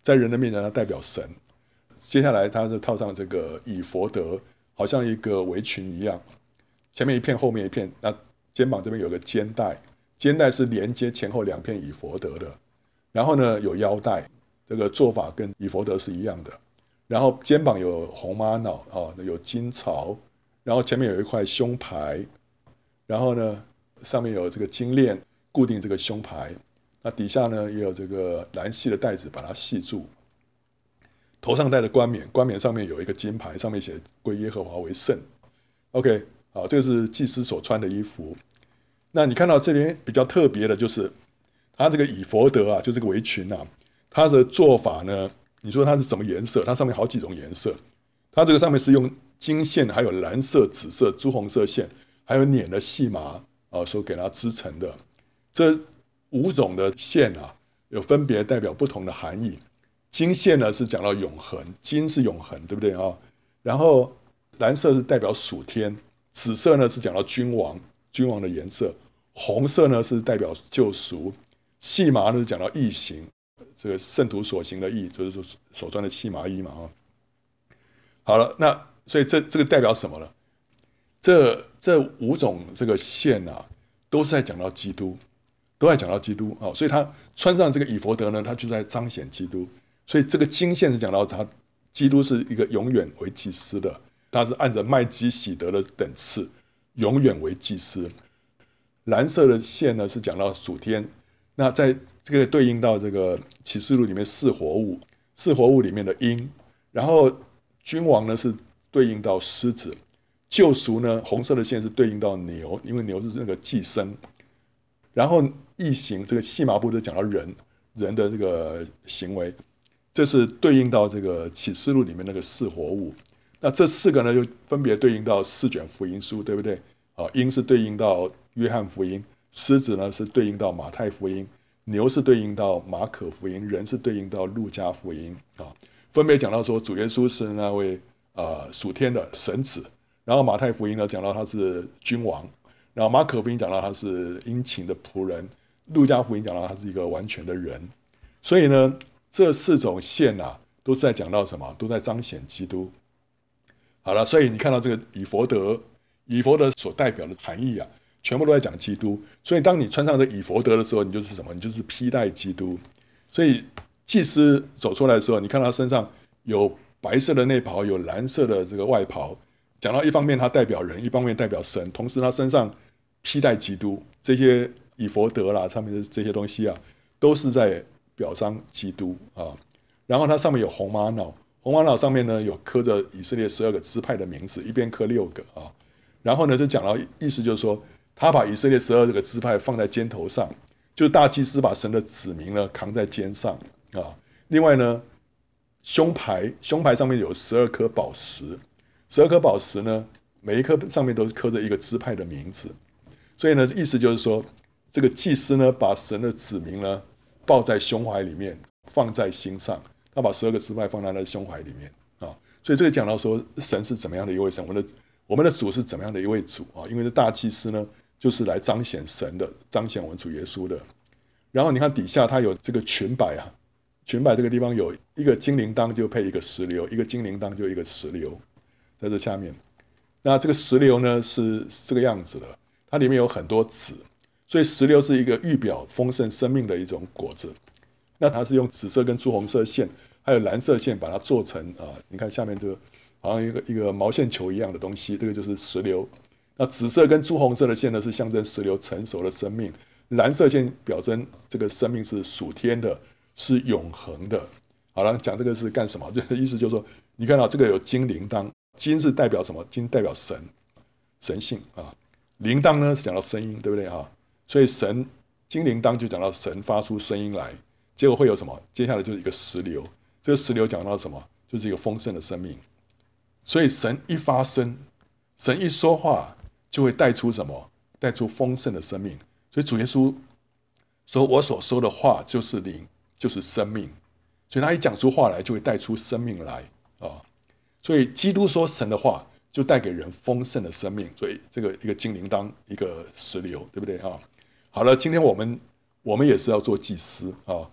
在人的面前他代表神。接下来他是套上这个以弗得，好像一个围裙一样，前面一片后面一片，那肩膀这边有个肩带，肩带是连接前后2片以弗得的。然后呢有腰带，这个做法跟以弗得是一样的。然后肩膀有红玛瑙有金槽，然后前面有一块胸牌，然后呢上面有这个金链固定这个胸牌，那底下呢也有这个蓝细的带子把它系住。头上戴的冠冕，冠冕上面有一个金牌，上面写归耶和华为圣。OK， 好，这个是祭司所穿的衣服。那你看到这边比较特别的就是它这个以弗得啊，就这个围裙啊，它的做法呢，你说它是什么颜色？它上面好几种颜色，它这个上面是用金线，还有蓝色、紫色、朱红色线，还有捻的细麻所给它织成的。这5种的线啊，有分别代表不同的含义。金线呢是讲到永恒，金是永恒，对不对啊？然后蓝色是代表属天，紫色呢是讲到君王的颜色，红色呢是代表救赎，细麻呢是讲到义行，这个圣徒所行的义，就是说所穿的细麻衣嘛。好了，那所以这个代表什么呢？这5种这个线啊，都是在讲到基督，所以他穿上这个以弗得呢，他就在彰显基督。所以这个金线是讲到他基督是一个永远为祭司的，他是按着麦基洗德的等次永远为祭司。蓝色的线呢是讲到属天，那在这个对应到这个启示录里面4活物里面的鹰，然后君王呢是对应到狮子，救赎呢红色的线是对应到牛，因为牛是那个祭牲，然后义行这个细麻布就讲到人的这个行为，这是对应到这个启示录里面那个4活物。那这4个呢就分别对应到4卷福音书，对不对？鹰是对应到约翰福音，狮子呢是对应到马太福音，牛是对应到马可福音，人是对应到路加福音分别讲到说主耶稣是那位属天的神子，然后马太福音呢讲到他是君王，然后马可福音讲到他是殷勤的仆人，路加福音讲到他是一个完全的人。所以呢这4种线啊都是在讲到什么？都在彰显基督。好了，所以你看到这个以弗得所代表的含义啊，全部都在讲基督。所以当你穿上这以弗得的时候，你就是什么？你就是披戴基督。所以祭司走出来的时候，你看他身上有白色的内袍，有蓝色的这个外袍，讲到一方面他代表人，一方面代表神，同时他身上披戴基督。这些以弗得啦，上面的这些东西啊，都是在表彰基督啊。然后它上面有红玛瑙，红玛瑙上面呢有刻着以色列12个支派的名字，一边刻6个啊。然后呢就讲到意思就是说，他把以色列12个支派放在肩头上，就是大祭司把神的子民呢扛在肩上啊。另外呢，胸牌上面有12颗宝石，12颗宝石呢，每一颗上面都是刻着一个支派的名字。所以呢，意思就是说，这个祭司呢把神的子民呢抱在胸怀里面，放在心上。他把12个支派放在他的胸怀里面啊。所以这个讲到说，神是怎么样的一位神，我们的主是怎么样的一位主啊？因为这大祭司呢，就是来彰显神的，彰显我们主耶稣的。然后你看底下它有这个裙摆啊，裙摆这个地方有一个金铃铛就配一个石榴，一个金铃铛就一个石榴，在这下面。那这个石榴呢是这个样子的，它里面有很多籽，所以石榴是一个预表丰盛生命的一种果子。那它是用紫色跟朱红色线，还有蓝色线把它做成你看下面这个好像一个毛线球一样的东西，这个就是石榴。那紫色跟朱红色的线呢，是象征石榴成熟的生命；蓝色线表征这个生命是属天的，是永恒的。好了，讲这个是干什么？这个意思就是说，你看到这个有金铃铛，金是代表什么？金代表神性啊。铃铛呢是讲到声音，对不对啊？所以金铃铛就讲到神发出声音来。结果会有什么？接下来就是一个石榴，这个石榴讲到什么？就是一个丰盛的生命。所以神一发声，神一说话，就会带出什么？带出丰盛的生命。所以主耶稣说：“我所说的话就是灵，就是生命。”所以他一讲出话来，就会带出生命来啊。所以基督说神的话，就带给人丰盛的生命。所以这个一个金铃铛，一个石榴，对不对啊？好了，今天我们也是要做祭司啊。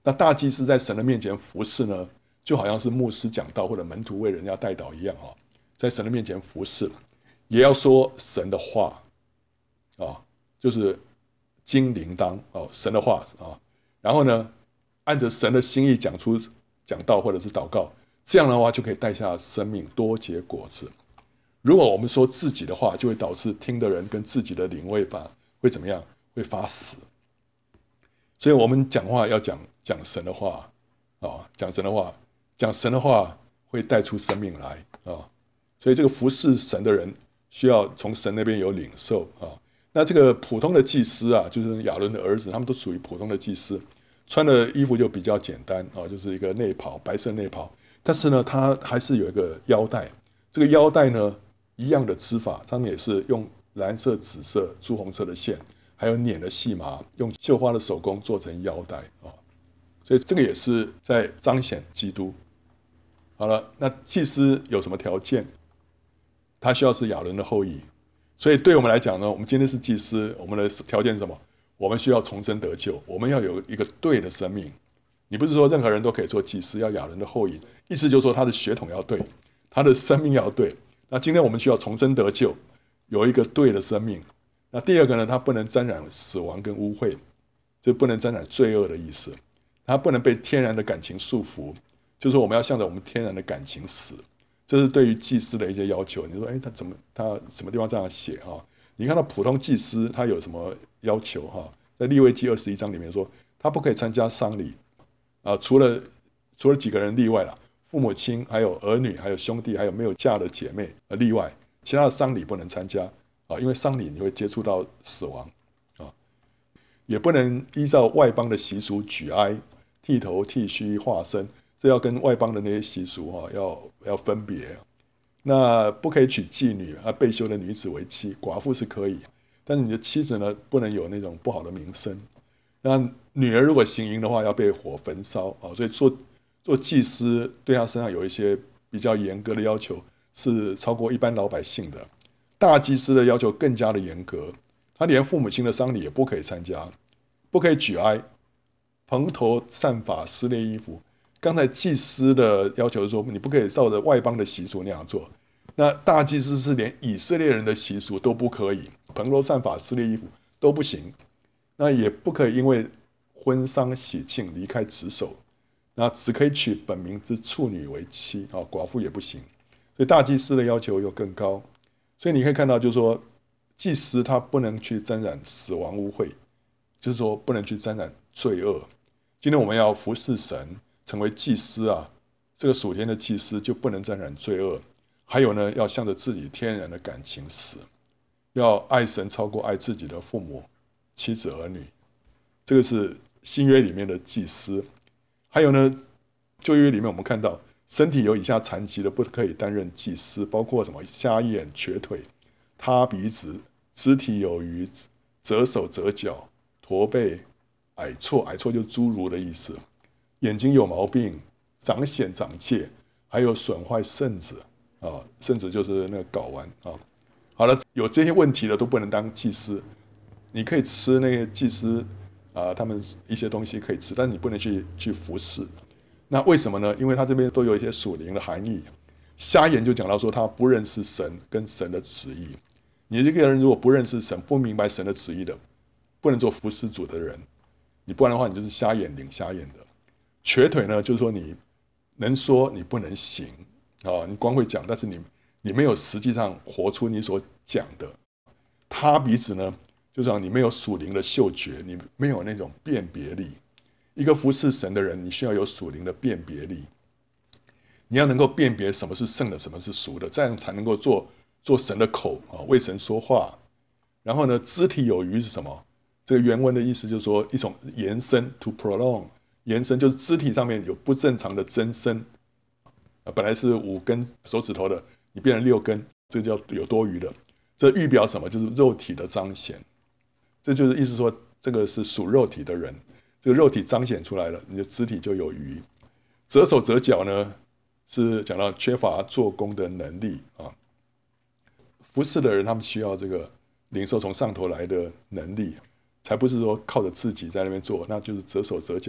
那大祭司在神的面前服侍呢，就好像是牧师讲道或者门徒为人家带导一样在神的面前服侍，也要说神的话就是金铃铛神的话然后呢，按着神的心意讲道或者是祷告，这样的话就可以带下生命，多结果子。如果我们说自己的话，就会导致听的人跟自己的领会法会怎么样？会发死。所以我们讲话要讲神的话讲神的话，讲神的话会带出生命来所以这个服侍神的人需要从神那边有领受那这个普通的祭司就是亚伦的儿子，他们都属于普通的祭司，穿的衣服就比较简单就是一个内袍，白色内袍，但是呢，他还是有一个腰带。这个腰带呢，一样的织法，他们也是用蓝色、紫色、朱红色的线，还有捻的细麻，用绣花的手工做成腰带所以这个也是在彰显基督。好了，那祭司有什么条件？他需要是亚伦的后裔。所以对我们来讲呢，我们今天是祭司，我们的条件是什么？我们需要重生得救，我们要有一个对的生命。你不是说任何人都可以做祭司，要亚伦的后裔，意思就是说他的血统要对，他的生命要对。那今天我们需要重生得救，有一个对的生命。那第二个呢，他不能沾染死亡跟污秽，这不能沾染罪恶的意思。他不能被天然的感情束缚，就是说我们要向着我们天然的感情死。这是对于祭司的一些要求。你说，他什么地方这样写你看到普通祭司他有什么要求在利未记21章里面说，他不可以参加丧礼除了几个人例外了，父母亲、还有儿女、还有兄弟、还有没有嫁的姐妹例外，其他的丧礼不能参加因为丧礼你会接触到死亡也不能依照外邦的习俗举哀、剃头、剃须、化身，这要跟外邦的那些习俗要分别。那不可以娶妓女被休的女子为妻，寡妇是可以，但是你的妻子呢，不能有那种不好的名声。那女儿如果行淫的话，要被火焚烧所以做祭司对他身上有一些比较严格的要求，是超过一般老百姓的。大祭司的要求更加的严格，他连父母亲的丧礼也不可以参加，不可以举哀，蓬头散发、撕裂衣服。刚才祭司的要求是说，你不可以照着外邦的习俗那样做。那大祭司是连以色列人的习俗都不可以，蓬头散发、撕裂衣服都不行。那也不可以因为婚丧喜庆离开职守，那只可以娶本名之处女为妻寡妇也不行。所以大祭司的要求又更高。所以你可以看到，就是说，祭司他不能去沾染死亡污秽，就是说不能去沾染罪恶。今天我们要服侍神，成为祭司这个属天的祭司就不能沾染罪恶。还有呢，要向着自己天然的感情死，要爱神超过爱自己的父母、妻子、儿女。这个是新约里面的祭司。还有呢，旧约里面我们看到，身体有以下残疾的不可以担任祭司，包括什么瞎眼、瘸腿、塌鼻子、肢体有余、折手折脚、驼背、矮矬，矮矬就是侏儒的意思，眼睛有毛病、长癣长疥，还有损坏肾子肾子就是那个睾丸好了，有这些问题的都不能当祭司。你可以吃那些祭司他们一些东西可以吃，但是你不能去服侍。那为什么呢？因为他这边都有一些属灵的含义。瞎眼就讲到说他不认识神跟神的旨意。你这个人如果不认识神，不明白神的旨意的，不能做服侍主的人。你不然的话，你就是瞎眼领瞎眼的。瘸腿呢，就是说你能说你不能行你光会讲，但是你没有实际上活出你所讲的。塌鼻子呢，就是说你没有属灵的嗅觉，你没有那种辨别力。一个服侍神的人，你需要有属灵的辨别力，你要能够辨别什么是圣的，什么是俗的，这样才能够做神的口为神说话。然后呢，肢体有余是什么？这个原文的意思就是说一种延伸 to prolong， 延伸就是肢体上面有不正常的增生本来是5根手指头的，你变成6根，这叫有多余的。这预表什么？就是肉体的彰显。这就是意思说，这个是属肉体的人，这个肉体彰显出来了，你的肢体就有余。折手折脚呢，是讲到缺乏做工的能力服侍的人，他们需要这个领受从上头来的能力，才不是说靠着自己在那边做，那就是折手折脚，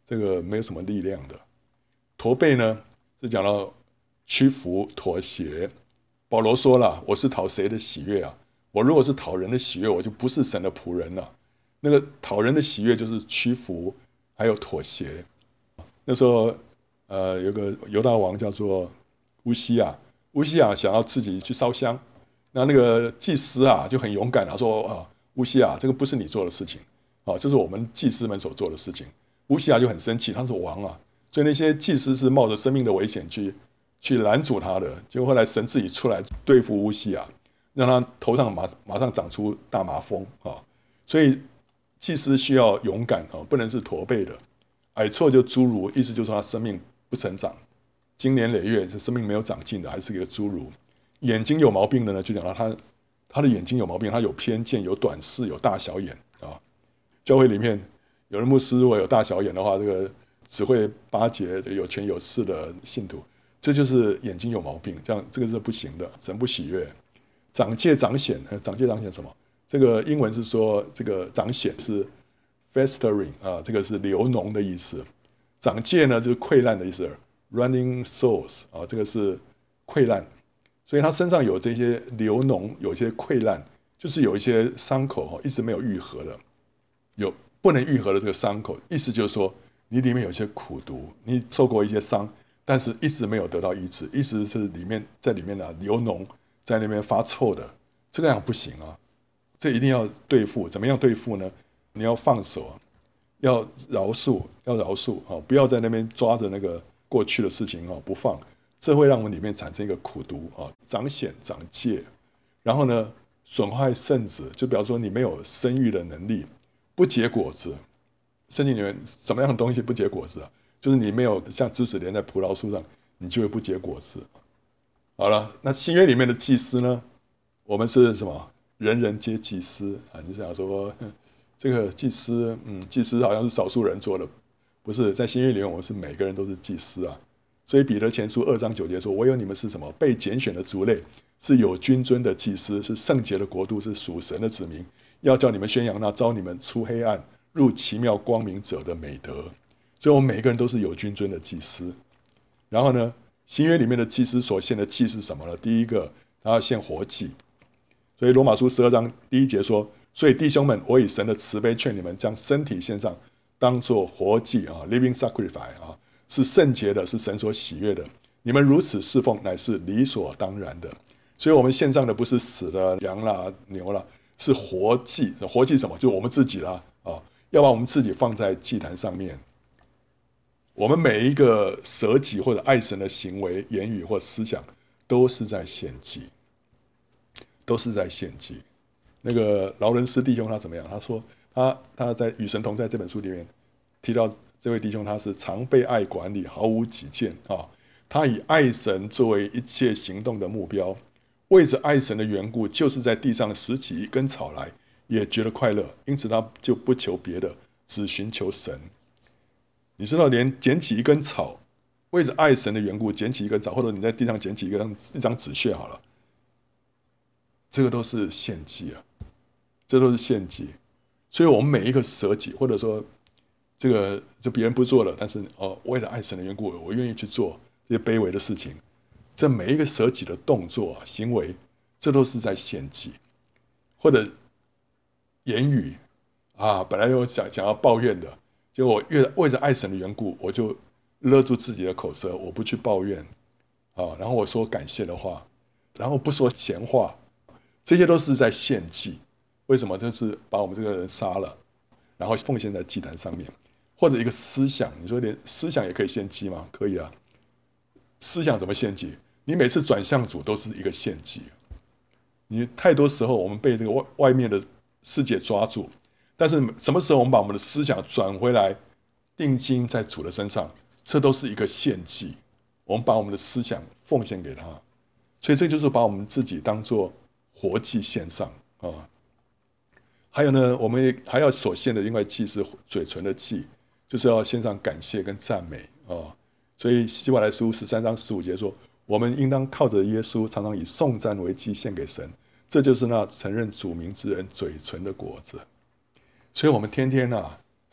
这个没有什么力量的。驼背呢是讲到屈服妥协。保罗说了，我是讨谁的喜悦啊？我如果是讨人的喜悦，我就不是神的仆人了。那个讨人的喜悦就是屈服还有妥协。那时候有个犹大王叫做乌西亚，乌西亚想要自己去烧香，那个祭司啊就很勇敢啊，说啊，乌西亚，这个不是你做的事情啊，这是我们祭司们所做的事情。乌西亚就很生气，他是王啊，所以那些祭司是冒着生命的危险去拦阻他的。结果后来神自己出来对付乌西亚，让他头上马上长出大麻风啊。所以祭司需要勇敢啊，不能是驼背的。矮矬就侏儒，意思就是说他生命不成长，经年累月，生命没有长进的，还是一个侏儒。眼睛有毛病的呢，就讲到他的眼睛有毛病，他有偏见，有短视，有大小眼啊。教会里面有的牧师如果有大小眼的话，这个只会巴结有权有势的信徒，这就是眼睛有毛病，这样这个是不行的，神不喜悦。长戒长癣，长戒长癣什么？这个英文是说这个长癣是 festering 啊，这个是流脓的意思。长疥呢就是溃烂的意思 ，running sores 啊，这个是溃烂。所以他身上有这些流脓，有一些溃烂，就是有一些伤口一直没有愈合的，有不能愈合的这个伤口，意思就是说你里面有一些苦毒，你受过一些伤，但是一直没有得到医治，意思是在里面流脓，在那边发臭的，这个样不行啊，这一定要对付。怎么样对付呢？你要放手，要饶恕啊，不要在那边抓着那个过去的事情不放。这会让我们里面产生一个苦毒啊，长癣长疥，然后呢损坏圣子，就比方说你没有生育的能力，不结果子。圣经里面什么样的东西不结果子啊？就是你没有像枝子连在葡萄树上，你就会不结果子。好了，那新约里面的祭司呢？我们是什么？人人皆祭司啊！你想说这个祭司，祭司好像是少数人做的，不是？在新约里面，我们是每个人都是祭司啊。所以彼得前书2章9节说：“唯有你们是什么？被拣选的族类，是有君尊的祭司，是圣洁的国度，是属神的子民。要叫你们宣扬那召你们出黑暗入奇妙光明者的美德。”所以我们每一个人都是有君尊的祭司。然后呢，新约里面的祭司所献的祭是什么呢？第一个，他要献活祭。所以罗马书12章1节说：“所以弟兄们，我以神的慈悲劝你们，将身体献上，当作活祭啊 ，living sacrifice 啊。”是圣洁的，是神所喜悦的。你们如此侍奉，乃是理所当然的。所以，我们献上的不是死的羊啦、牛啦，是活祭。活祭什么？就是我们自己啦啊！要把我们自己放在祭坛上面。我们每一个舍己或者爱神的行为、言语或思想，都是在献祭，都是在献祭。那个劳伦斯弟兄他怎么样？他说他在《与神同在》这本书里面提到。这位弟兄他是常被爱管理，毫无己见啊！他以爱神作为一切行动的目标，为着爱神的缘故，就是在地上拾起一根草来，也觉得快乐。因此他就不求别的，只寻求神。你知道，连捡起一根草，为着爱神的缘故，捡起一根草，或者你在地上捡起一张纸屑好了，这个都是献祭啊，这都是献祭。所以，我们每一个舍己，或者说。这个就别人不做了，但是为了爱神的缘故，我愿意去做这些卑微的事情。这每一个舍己的动作行为，这都是在献祭，或者言语啊，本来有想要抱怨的，结果为着爱神的缘故，我就勒住自己的口舌，我不去抱怨啊，然后我说感谢的话，然后不说闲话，这些都是在献祭。为什么？就是把我们这个人杀了，然后奉献在祭坛上面。或者一个思想，你说连思想也可以献祭吗？可以啊。思想怎么献祭？你每次转向主都是一个献祭。你太多时候我们被这个外面的世界抓住，但是什么时候我们把我们的思想转回来，定睛在主的身上，这都是一个献祭。我们把我们的思想奉献给他，所以这就是把我们自己当作活祭献上啊。还有呢，我们还要所献的另外祭是嘴唇的祭。就是要献上感谢跟赞美啊，所以希伯来书13章15节说，我们应当靠着耶稣，常常以颂赞为祭献给神，这就是那承认主名之人嘴唇的果子。所以我们天天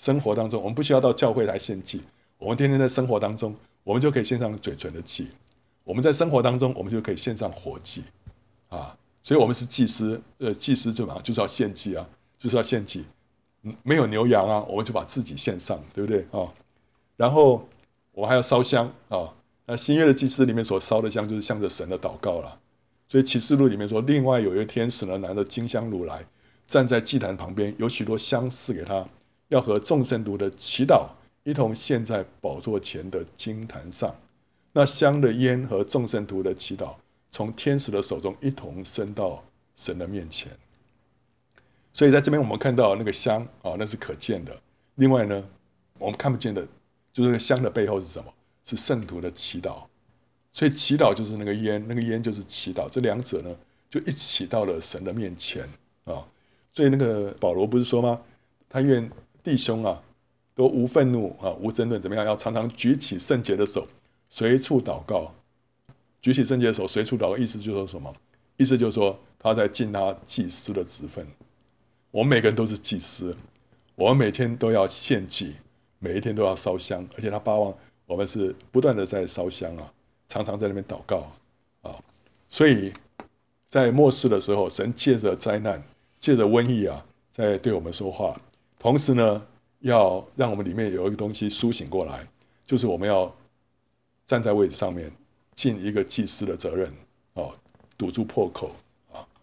生活当中，我们不需要到教会来献祭，我们天天在生活当中，我们就可以献上嘴唇的祭。我们在生活当中，我们就可以献上活祭啊。所以，我们是祭司，祭司就是要献祭啊，就是要献祭。没有牛羊啊，我们就把自己献上，对不对啊？然后我们还要烧香啊。那新约的祭司里面所烧的香，就是向着神的祷告了。所以启示录里面说，另外有一位天使呢，拿着金香炉来，站在祭坛旁边，有许多香赐给他，要和众圣徒的祈祷一同献在宝座前的金坛上。那香的烟和众圣徒的祈祷，从天使的手中一同升到神的面前。所以在这边我们看到那个香啊，那是可见的。另外呢，我们看不见的，就是那个香的背后是什么？是圣徒的祈祷。所以祈祷就是那个烟，那个烟就是祈祷，这两者呢就一起到了神的面前啊。所以那个保罗不是说吗？他愿弟兄啊都无愤怒啊，无争论，怎么样？要常常举起圣洁的手，随处祷告。举起圣洁的手，随处祷告，意思就是说什么？意思就是说他在尽他祭司的职分。我们每个人都是祭司，我们每天都要献祭，每一天都要烧香，而且他巴望我们是不断的在烧香啊，常常在那边祷告啊。所以在末世的时候，神借着灾难，借着瘟疫啊，在对我们说话。同时呢，要让我们里面有一个东西苏醒过来，就是我们要站在位置上面，尽一个祭司的责任啊，堵住破口啊，